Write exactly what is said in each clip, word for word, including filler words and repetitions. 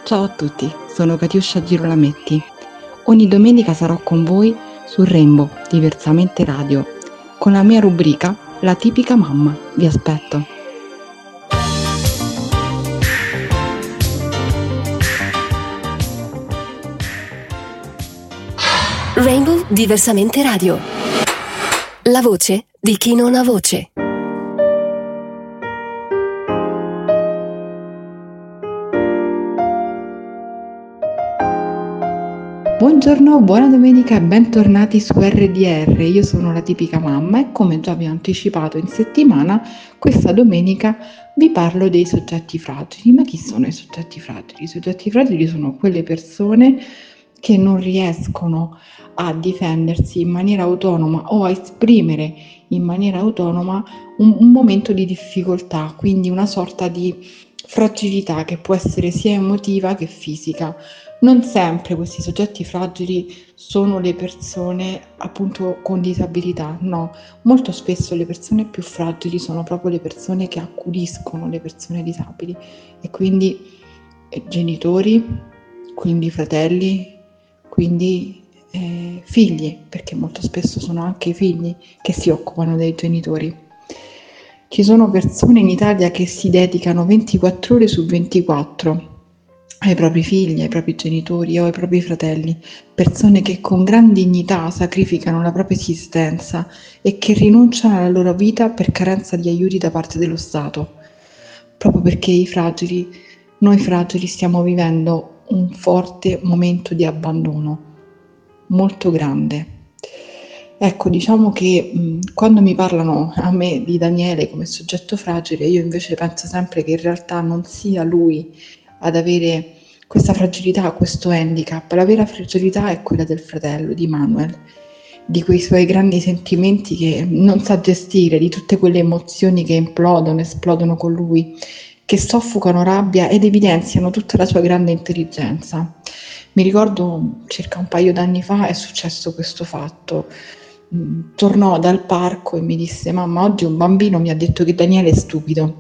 Ciao a tutti, sono Katiuscia Girolametti. Ogni domenica sarò con voi su Rainbow, Diversamente Radio, con la mia rubrica La tipica mamma. Vi aspetto. Rainbow Diversamente Radio. La voce di chi non ha voce. Buongiorno, buona domenica e bentornati su R D R. Io sono la tipica mamma e come già vi ho anticipato in settimana, questa domenica vi parlo dei soggetti fragili. Ma chi sono i soggetti fragili? I soggetti fragili sono quelle persone che non riescono a difendersi in maniera autonoma o a esprimere in maniera autonoma un, un momento di difficoltà, quindi una sorta di fragilità che può essere sia emotiva che fisica. Non sempre questi soggetti fragili sono le persone appunto con disabilità, no, molto spesso le persone più fragili sono proprio le persone che accudiscono le persone disabili e quindi eh, genitori, quindi fratelli, quindi eh, figli, perché molto spesso sono anche i figli che si occupano dei genitori. Ci sono persone in Italia che si dedicano ventiquattro ore su ventiquattro ai propri figli, ai propri genitori o ai propri fratelli, persone che con gran dignità sacrificano la propria esistenza e che rinunciano alla loro vita per carenza di aiuti da parte dello Stato, proprio perché i fragili, noi fragili stiamo vivendo un forte momento di abbandono, molto grande. Ecco, diciamo che mh, quando mi parlano a me di Daniele come soggetto fragile, io invece penso sempre che in realtà non sia lui ad avere questa fragilità, questo handicap. La vera fragilità è quella del fratello, di Manuel, di quei suoi grandi sentimenti che non sa gestire, di tutte quelle emozioni che implodono, esplodono con lui, che soffocano rabbia ed evidenziano tutta la sua grande intelligenza. Mi ricordo circa un paio d'anni fa è successo questo fatto. Tornò dal parco e mi disse: mamma, oggi un bambino mi ha detto che Daniele è stupido.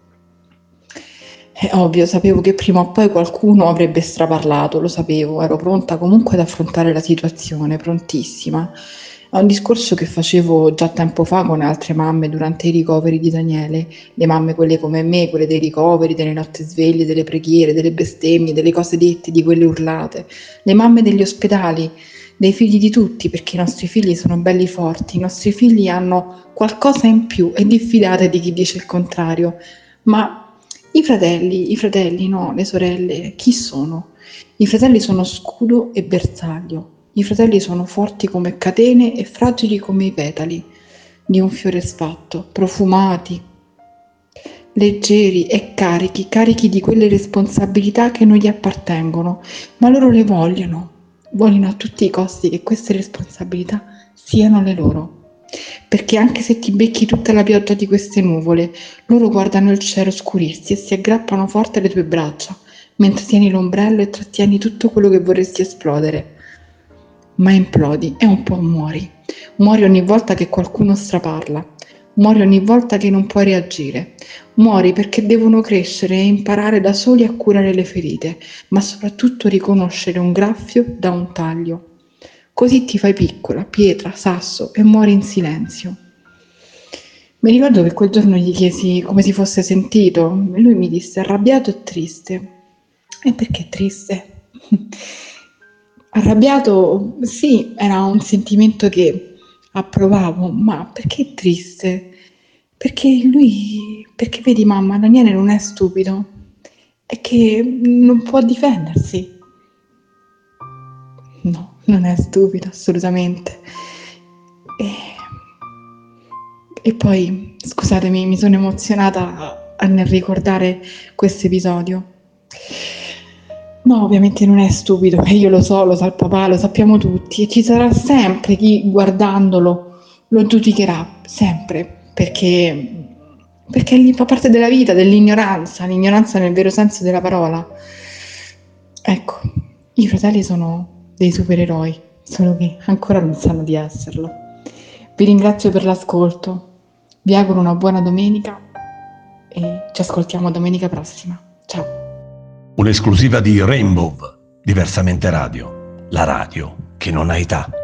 È ovvio, sapevo che prima o poi qualcuno avrebbe straparlato, lo sapevo, ero pronta comunque ad affrontare la situazione, prontissima. È un discorso che facevo già tempo fa con altre mamme durante i ricoveri di Daniele, le mamme quelle come me, quelle dei ricoveri, delle notti sveglie, delle preghiere, delle bestemmie, delle cose dette, di quelle urlate, le mamme degli ospedali, dei figli di tutti, perché i nostri figli sono belli forti, i nostri figli hanno qualcosa in più e diffidate di chi dice il contrario, ma i fratelli, i fratelli no, le sorelle, chi sono? I fratelli sono scudo e bersaglio. I fratelli sono forti come catene e fragili come i petali di un fiore sfatto, profumati, leggeri e carichi, carichi di quelle responsabilità che non gli appartengono, ma loro le vogliono, vogliono a tutti i costi che queste responsabilità siano le loro. Perché anche se ti becchi tutta la pioggia di queste nuvole, loro guardano il cielo scurirsi e si aggrappano forte alle tue braccia, mentre tieni l'ombrello e trattieni tutto quello che vorresti esplodere. Ma implodi e un po' muori. Muori ogni volta che qualcuno straparla. Muori ogni volta che non puoi reagire. Muori perché devono crescere e imparare da soli a curare le ferite, ma soprattutto riconoscere un graffio da un taglio. Così ti fai piccola, pietra, sasso e muori in silenzio. Mi ricordo che quel giorno gli chiesi come si fosse sentito e lui mi disse arrabbiato e triste. E perché triste? Arrabbiato, sì, era un sentimento che approvavo, ma perché triste? Perché lui, perché vedi mamma, Daniele non è stupido, è che non può difendersi. No, non è stupido, assolutamente. E, e poi, scusatemi, mi sono emozionata nel ricordare questo episodio. No, ovviamente non è stupido, e io lo so, lo sa il papà, lo sappiamo tutti, e ci sarà sempre chi guardandolo lo giudicherà, sempre, perché, perché lì fa parte della vita, dell'ignoranza, l'ignoranza nel vero senso della parola. Ecco, i fratelli sono dei supereroi, solo che ancora non sanno di esserlo. Vi ringrazio per l'ascolto, vi auguro una buona domenica e ci ascoltiamo domenica prossima. Ciao! Un'esclusiva di Rainbow, Diversamente Radio, la radio che non ha età.